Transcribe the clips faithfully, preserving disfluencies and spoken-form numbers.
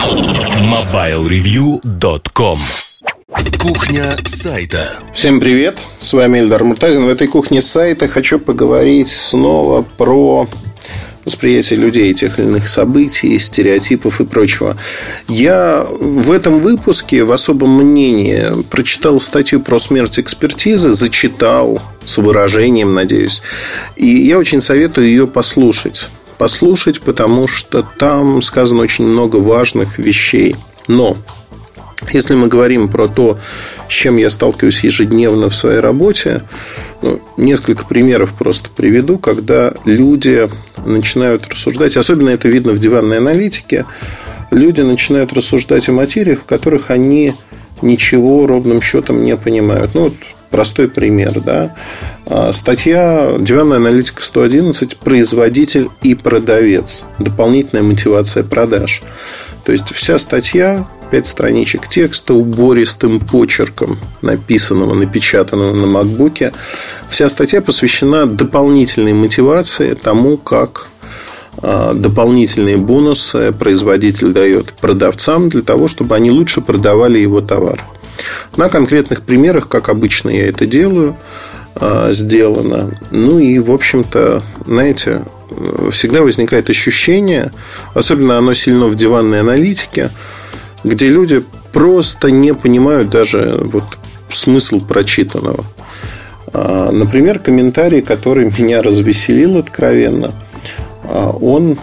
мобайл ревью точка ком. Кухня сайта. Всем привет, с вами Эльдар Муртазин. В этой кухне сайта хочу поговорить снова про восприятие людей, тех или иных событий, стереотипов и прочего. Я в этом выпуске в особом мнении прочитал статью про смерть экспертизы, зачитал с выражением, надеюсь. И я очень советую ее послушать. Послушать, потому что там сказано очень много важных вещей. Но если мы говорим про то, с чем я сталкиваюсь ежедневно в своей работе, ну, несколько примеров просто приведу, когда люди начинают рассуждать, особенно это видно в диванной аналитике, люди начинают рассуждать о материях, в которых они ничего ровным счетом не понимают. Ну, вот простой пример, да. Статья «Диванная аналитика сто одиннадцать. Производитель и продавец. Дополнительная мотивация продаж». То есть вся статья, пять страничек текста убористым почерком написанного, напечатанного на макбуке. Вся статья посвящена дополнительной мотивации тому, как дополнительные бонусы производитель дает продавцам для того, чтобы они лучше продавали его товар. На конкретных примерах, как обычно я это делаю, сделано. Ну и, в общем-то, знаете, всегда возникает ощущение, особенно оно сильно в диванной аналитике, где люди просто не понимают даже вот смысл прочитанного. Например, комментарий, который меня развеселил откровенно, он,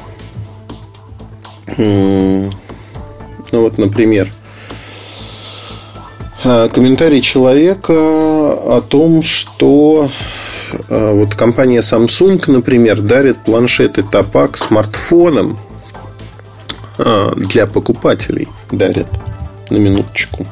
ну вот, например, комментарий человека о том, что вот компания Samsung, например, дарит планшеты Топак смартфонам для покупателей. Дарят. На минуточку.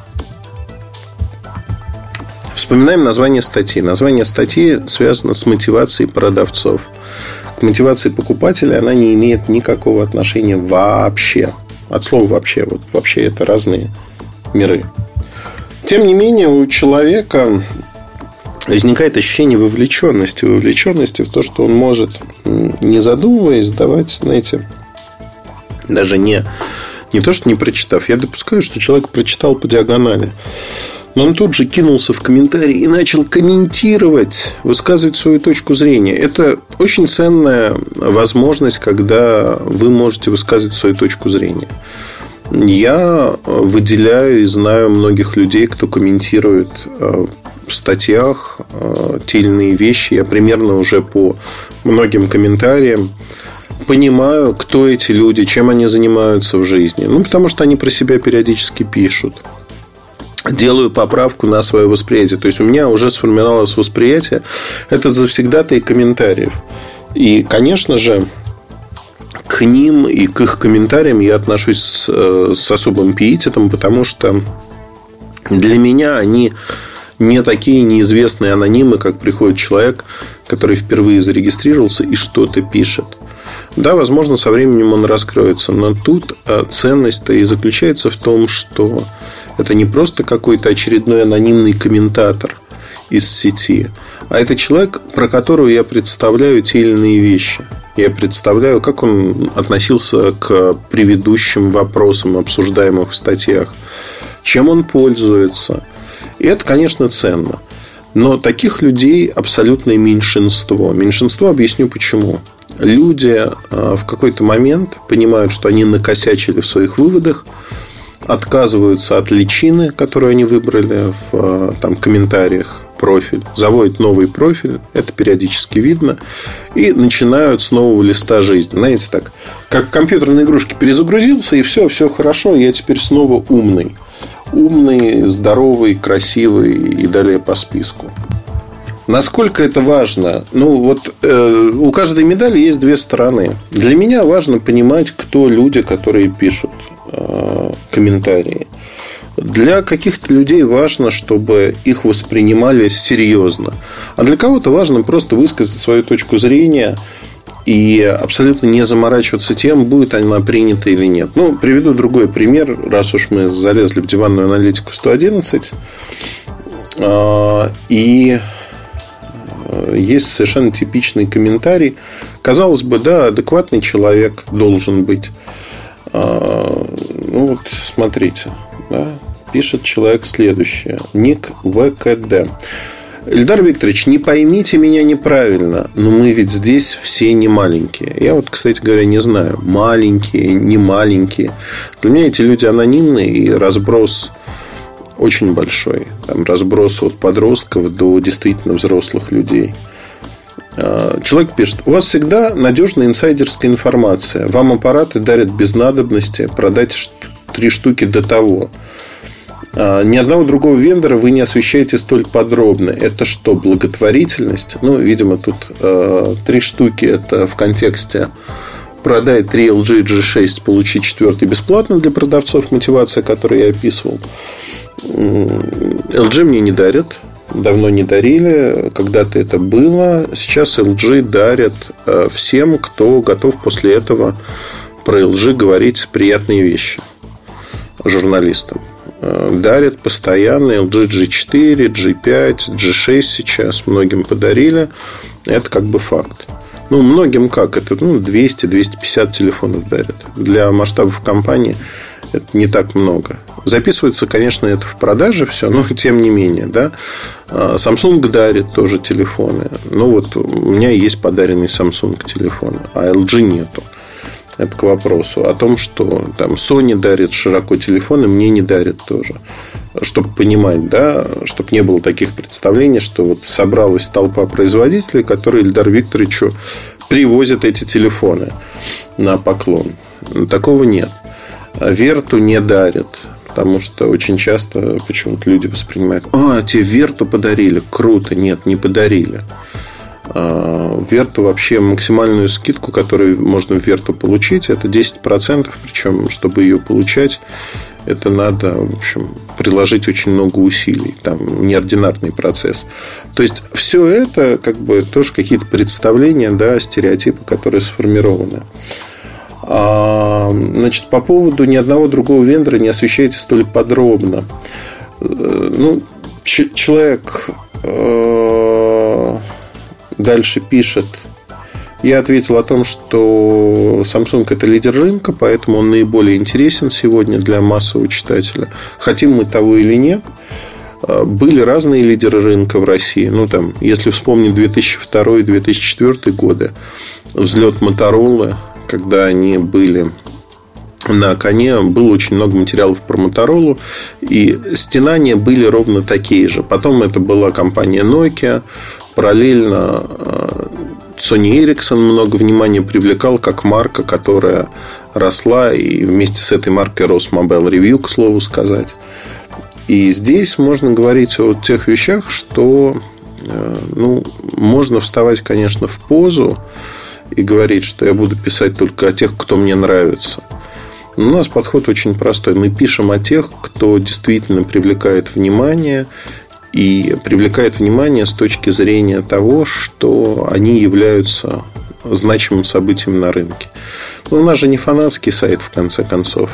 Вспоминаем название статьи. Название статьи связано с мотивацией продавцов. К мотивации покупателя она не имеет никакого отношения вообще. От слова вообще. Вот вообще это разные миры. Тем не менее, у человека возникает ощущение вовлеченности. Вовлеченности в то, что он может, не задумываясь, давать, знаете, даже не, не то, что не прочитав. Я допускаю, что человек прочитал по диагонали, но он тут же кинулся в комментарии и начал комментировать, высказывать свою точку зрения. Это очень ценная возможность, когда вы можете высказывать свою точку зрения. Я выделяю и знаю многих людей, кто комментирует в статьях те или иные вещи. Я примерно уже по многим комментариям понимаю, кто эти люди, чем они занимаются в жизни. Ну, потому что они про себя периодически пишут. Делаю поправку на свое восприятие. То есть у меня уже сформировалось восприятие. Это завсегдатаи комментариев. И, конечно же, к ним и к их комментариям я отношусь с, с особым пиететом, потому что для меня они не такие неизвестные анонимы, как приходит человек, который впервые зарегистрировался и что-то пишет. Да, возможно, со временем он раскроется, но тут ценность-то и заключается в том, что это не просто какой-то очередной анонимный комментатор из сети, а это человек, про которого я представляю те или иные вещи. Я представляю, как он относился к предыдущим вопросам, обсуждаемых в статьях, чем он пользуется. И это, конечно, ценно. Но таких людей абсолютное меньшинство. Меньшинство, объясню почему. Люди в какой-то момент понимают, что они накосячили в своих выводах, отказываются от личины, которую они выбрали в там, комментариях, профиль, заводят новый профиль, это периодически видно, и начинают с нового листа жизни. Знаете, так, как компьютерные игрушки, перезагрузился, и все, все хорошо, я теперь снова умный. Умный, здоровый, красивый и далее по списку. Насколько это важно? Ну, вот э, у каждой медали есть две стороны. Для меня важно понимать, кто люди, которые пишут э, комментарии. Для каких-то людей важно, чтобы их воспринимали серьезно. А для кого-то важно просто высказать свою точку зрения и абсолютно не заморачиваться тем, будет она принята или нет. Ну, приведу другой пример, раз уж мы залезли в диванную аналитику сто одиннадцать. И есть совершенно типичный комментарий. Казалось бы, да, адекватный человек должен быть. А, ну вот, смотрите, да, пишет человек следующее. Ник ВКД. Ильдар Викторович, не поймите меня неправильно, но мы ведь здесь все не маленькие. Я вот, кстати говоря, не знаю, маленькие, не маленькие. Для меня эти люди анонимные, и разброс очень большой. Там разброс от подростков до действительно взрослых людей. Человек пишет: у вас всегда надежная инсайдерская информация. Вам аппараты дарят без надобности продать три штуки до того. Ни одного другого вендора вы не освещаете столь подробно. Это что, благотворительность? Ну, видимо, тут э, три штуки. Это в контексте продай три эл джи джи шесть, получи четвертый бесплатно для продавцов. Мотивация, которую я описывал. эл джи мне не дарят. Давно не дарили. Когда-то это было. Сейчас эл джи дарят э, всем, кто готов после этого про эл джи говорить приятные вещи журналистам. Дарят постоянно эл джи джи четыре, джи пять, джи шесть сейчас многим подарили. Это как бы факт. Ну, многим как? Это ну, двести - двести пятьдесят телефонов дарят. Для масштабов компании это не так много. Записывается, конечно, это в продаже все, но тем не менее, да. Samsung дарит тоже телефоны. Ну, вот у меня есть подаренный Samsung телефон, а эл джи нету. Это к вопросу о том, что там Sony дарит широко телефоны, мне не дарит тоже. Чтобы понимать, да, чтобы не было таких представлений, что вот собралась толпа производителей, которые Ильдару Викторовичу привозят эти телефоны на поклон. Такого нет. Верту не дарят, потому что очень часто почему-то люди воспринимают: а, тебе Верту подарили, круто. Нет, не подарили. В Верту вообще максимальную скидку, которую можно в Верту получить, это десять процентов. Причем, чтобы ее получать, это надо, в общем, приложить очень много усилий. Там неординарный процесс. То есть, все это как бы тоже какие-то представления, да, стереотипы, которые сформированы. А, значит, по поводу ни одного другого вендора не освещайте столь подробно. Ну, ч- человек... Дальше пишет: я ответил о том, что Samsung это лидер рынка, поэтому он наиболее интересен сегодня для массового читателя. Хотим мы того или нет. Были разные лидеры рынка в России. Ну, там, если вспомнить две тысячи второй - две тысячи четвёртый годы, взлет Motorola, когда они были на коне, было очень много материалов про Motorola, и стенания были ровно такие же. Потом это была компания Nokia. Параллельно Sony Ericsson много внимания привлекал как марка, которая росла, и вместе с этой маркой рос Mobile Review, к слову сказать. И здесь можно говорить о тех вещах, что ну, можно вставать, конечно, в позу и говорить, что я буду писать только о тех, кто мне нравится. Но у нас подход очень простой. Мы пишем о тех, кто действительно привлекает внимание. И привлекает внимание с точки зрения того, что они являются значимым событием на рынке. Но у нас же не фанатский сайт, в конце концов.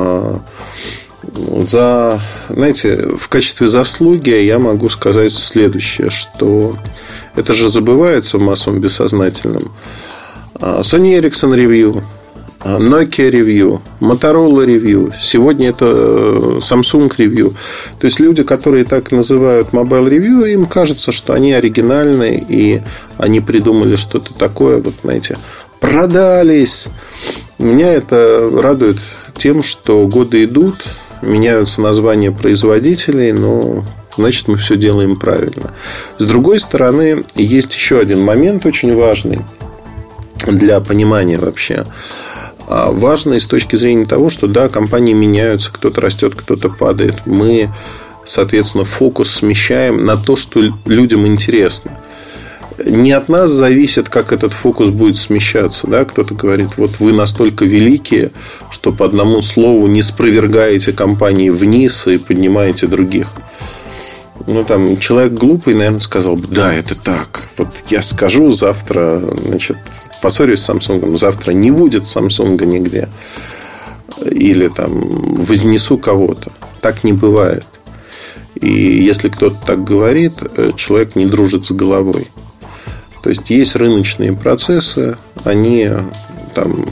За, знаете, в качестве заслуги я могу сказать следующее, что это же забывается в массовом бессознательном. Sony Ericsson Review, Nokia Review, Motorola Review, сегодня это Samsung Review. То есть люди, которые так называют Mobile Review, им кажется, что они оригинальные, и они придумали что-то такое, вот знаете, продались. Меня это радует тем, что годы идут, меняются названия производителей, но значит мы все делаем правильно. С другой стороны, есть еще один момент очень важный для понимания вообще. Важно и с точки зрения того, что да, компании меняются, кто-то растет, кто-то падает. Мы, соответственно, фокус смещаем на то, что людям интересно. Не от нас зависит, как этот фокус будет смещаться. Да? Кто-то говорит: вот вы настолько великие, что по одному слову не спровергаете компании вниз и поднимаете других. Ну, там, человек глупый, наверное, сказал бы: да, это так. Вот я скажу завтра, значит, поссорюсь с Samsung, завтра не будет Samsung нигде. Или там вознесу кого-то. Так не бывает. И если кто-то так говорит, человек не дружит с головой. То есть есть рыночные процессы, они там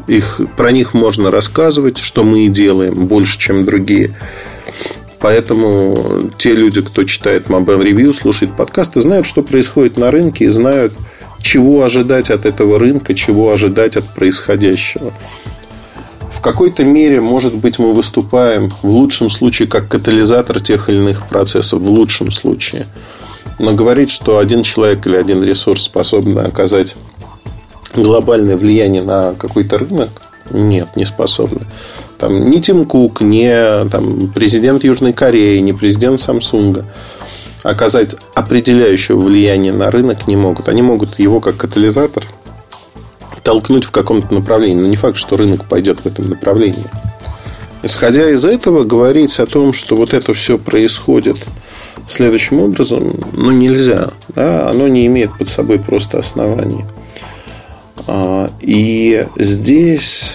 их, про них можно рассказывать, что мы и делаем больше, чем другие. Поэтому те люди, кто читает Mobile Review, слушает подкасты, знают, что происходит на рынке, и знают, чего ожидать от этого рынка, чего ожидать от происходящего. В какой-то мере, может быть, мы выступаем в лучшем случае как катализатор тех или иных процессов, в лучшем случае. Но говорить, что один человек или один ресурс способен оказать глобальное влияние на какой-то рынок, нет, не способны. Там, ни Тим Кук, ни там, президент Южной Кореи, ни президент Samsung оказать определяющего влияния на рынок не могут. Они могут его как катализатор толкнуть в каком-то направлении. Но не факт, что рынок пойдет в этом направлении. Исходя из этого, говорить о том, что вот это все происходит следующим образом, ну, нельзя. Да? Оно не имеет под собой просто оснований. И здесь,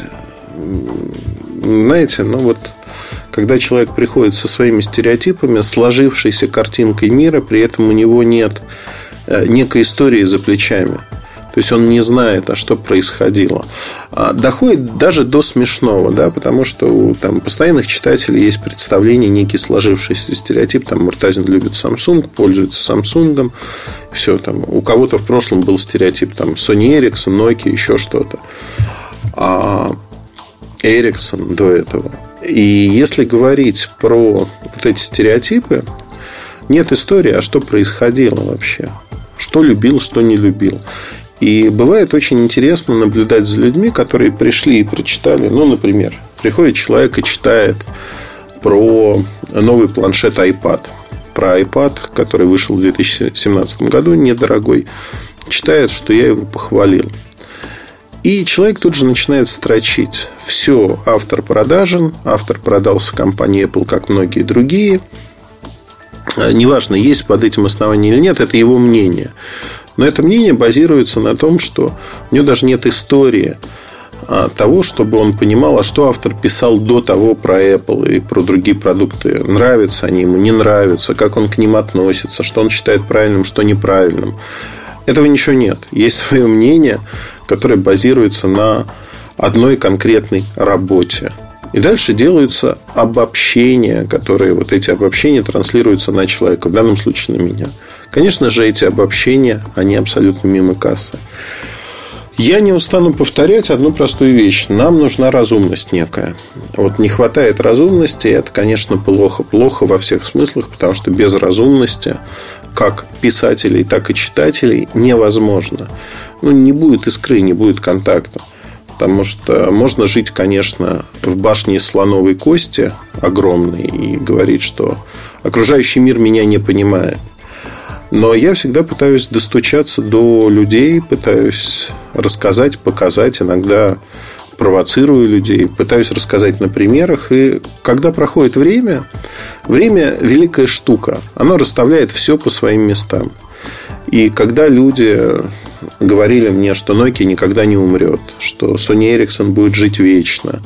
знаете, ну вот, когда человек приходит со своими стереотипами, сложившейся картинкой мира, при этом у него нет некой истории за плечами. То есть он не знает, а что происходило. Доходит даже до смешного, да, потому что у там, постоянных читателей есть представление, некий сложившийся стереотип. Там Муртазин любит Samsung, пользуется Samsung. Все, там, у кого-то в прошлом был стереотип там, Sony Ericsson, Nokia, еще что-то. А Ericsson до этого. И если говорить про вот эти стереотипы, нет истории, а что происходило вообще. Что любил, что не любил. И бывает очень интересно наблюдать за людьми, которые пришли и прочитали. Ну, например, приходит человек и читает про новый планшет iPad. Про iPad, который вышел в две тысячи семнадцатом году, недорогой. Читает, что я его похвалил. И человек тут же начинает строчить. Все, автор продажен. Автор продался компании Apple, как многие другие. Неважно, есть под этим основание или нет, это его мнение. Но это мнение базируется на том, что у него даже нет истории того, чтобы он понимал, а что автор писал до того про Apple и про другие продукты. Нравятся они ему, не нравятся, как он к ним относится, что он считает правильным, что неправильным. Этого ничего нет. Есть свое мнение, которое базируется на одной конкретной работе. И дальше делаются обобщения, которые вот эти обобщения транслируются на человека, в данном случае на меня. Конечно же, эти обобщения, они абсолютно мимо кассы. Я не устану повторять одну простую вещь. Нам нужна разумность некая. Вот не хватает разумности, это, конечно, плохо. Плохо во всех смыслах, потому что без разумности, как писателей, так и читателей, невозможно. Ну, не будет искры, не будет контакта. Потому что можно жить, конечно, в башне из слоновой кости огромной и говорить, что окружающий мир меня не понимает. Но я всегда пытаюсь достучаться до людей, пытаюсь рассказать, показать, иногда провоцирую людей, пытаюсь рассказать на примерах. И когда проходит время, время – великая штука. Оно расставляет все по своим местам. И когда люди говорили мне, что Nokia никогда не умрет, что Sony Ericsson будет жить вечно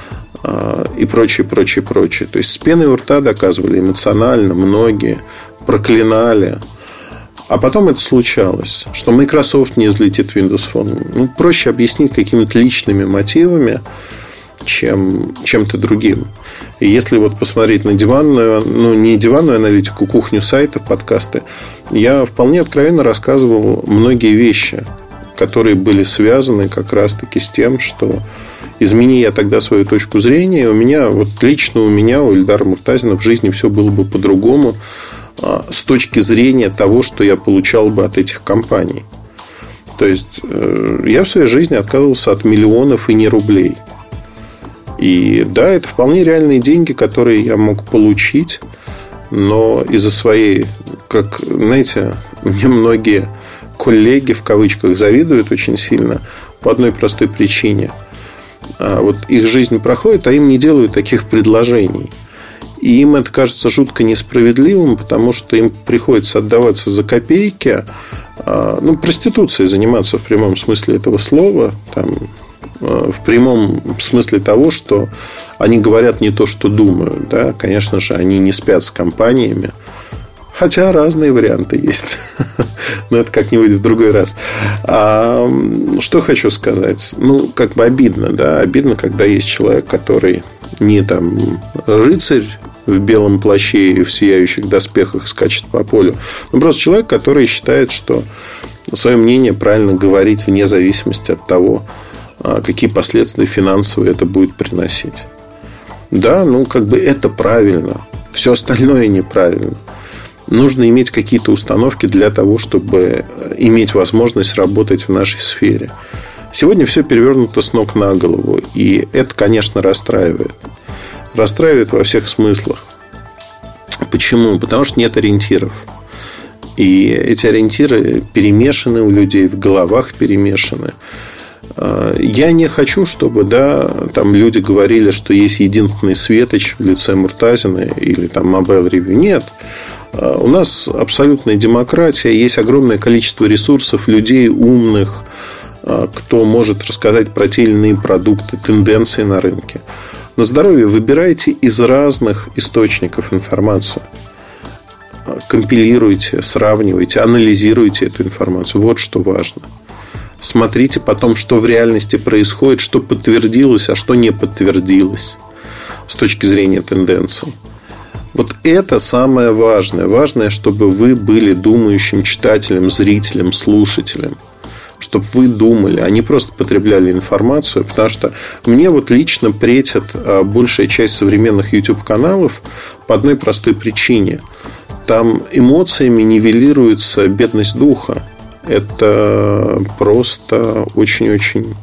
и прочее, прочее, прочее. То есть с пеной у рта доказывали эмоционально, многие проклинали. А потом это случалось, что Microsoft не взлетит Windows Phone. Ну, проще объяснить какими-то личными мотивами, чем чем-то другим. И если вот посмотреть на диванную, ну, не диванную аналитику, кухню сайтов, подкасты, я вполне откровенно рассказывал многие вещи, которые были связаны как раз-таки с тем, что измени я тогда свою точку зрения, у меня, вот лично у меня, у Ильдара Муртазина в жизни все было бы по-другому с точки зрения того, что я получал бы от этих компаний. То есть я в своей жизни отказывался от миллионов и не рублей. И да, это вполне реальные деньги, которые я мог получить, но из-за своей, как, знаете, мне многие коллеги в кавычках завидуют очень сильно по одной простой причине. Вот их жизнь проходит, а им не делают таких предложений. И им это кажется жутко несправедливым, потому что им приходится отдаваться за копейки, ну, проституцией заниматься в прямом смысле этого слова, там, в прямом смысле того, что они говорят не то, что думают. Да? Конечно же, они не спят с компаниями, Хотя разные варианты есть. Но это как-нибудь в другой раз. А, что хочу сказать. Ну, как бы обидно, да. Обидно, когда есть человек, который не там рыцарь в белом плаще и в сияющих доспехах скачет по полю. Но просто человек, который считает, что свое мнение правильно говорить вне зависимости от того, какие последствия финансовые это будет приносить. Да, ну, как бы это правильно. Все остальное неправильно. Нужно иметь какие-то установки для того, чтобы иметь возможность работать в нашей сфере. Сегодня все перевернуто с ног на голову. И это, конечно, расстраивает. Расстраивает во всех смыслах. Почему? Потому что нет ориентиров. И эти ориентиры перемешаны у людей, в головах перемешаны. Я не хочу, чтобы, да, там люди говорили, что есть единственный светоч в лице Муртазина или там Mobile Review. Нет. У нас абсолютная демократия, есть огромное количество ресурсов, людей умных, кто может рассказать про те или иные продукты, тенденции на рынке. На здоровье выбирайте из разных источников информацию. Компилируйте, сравнивайте, анализируйте эту информацию. Вот что важно. Смотрите потом, что в реальности происходит, что подтвердилось, а что не подтвердилось с точки зрения тенденций. Вот это самое важное. Важное, чтобы вы были думающим читателем, зрителем, слушателем. Чтобы вы думали, а не просто потребляли информацию. Потому что мне вот лично претит большая часть современных YouTube-каналов по одной простой причине. Там эмоциями нивелируется бедность духа. Это просто очень-очень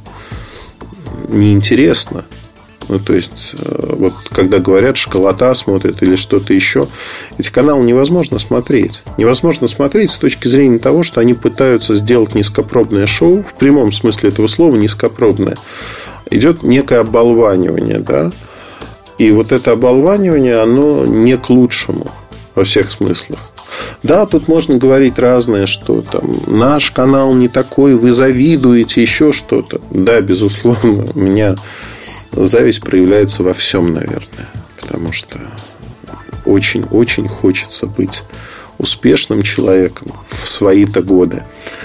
неинтересно. Ну, то есть, вот когда говорят, школота смотрит или что-то еще, эти каналы невозможно смотреть. Невозможно смотреть с точки зрения того, что они пытаются сделать низкопробное шоу. В прямом смысле этого слова низкопробное. Идет некое оболванивание, да? И вот это оболванивание, оно не к лучшему во всех смыслах. Да, тут можно говорить разное, что там наш канал не такой, вы завидуете, еще что-то. Да, безусловно, у меня зависть проявляется во всем, наверное. Потому что очень-очень хочется быть успешным человеком в свои-то годы.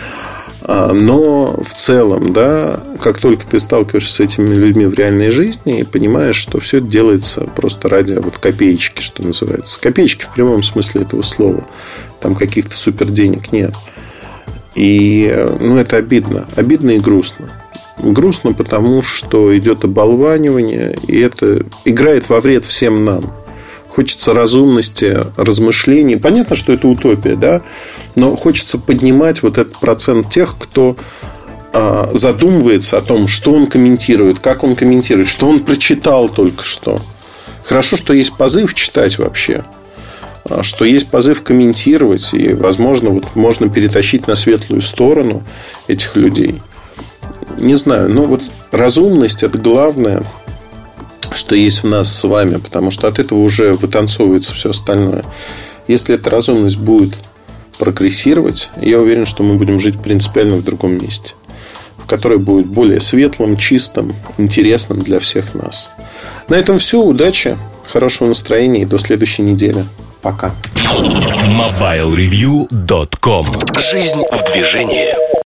Но в целом, да, как только ты сталкиваешься с этими людьми в реальной жизни и понимаешь, что все это делается просто ради вот копеечки, что называется. Копеечки в прямом смысле этого слова. Там каких-то супер денег нет. И, ну, это обидно. Обидно и грустно. Грустно, потому что идет оболванивание, и это играет во вред всем нам. Хочется разумности, размышлений. Понятно, что это утопия, да? Но хочется поднимать вот этот процент тех, кто а, задумывается о том, что он комментирует, как он комментирует, что он прочитал только что. Хорошо, что есть позыв читать вообще, что есть позыв комментировать, и, возможно, вот можно перетащить на светлую сторону этих людей. Не знаю, но вот разумность – это главное, что есть в нас с вами, потому что от этого уже вытанцовывается все остальное. Если эта разумность будет прогрессировать, я уверен, что мы будем жить принципиально в другом месте, в которое будет более светлым, чистым, интересным для всех нас. На этом все. Удачи, хорошего настроения и до следующей недели. Пока. мобайл ревью точка ком. Жизнь в движении.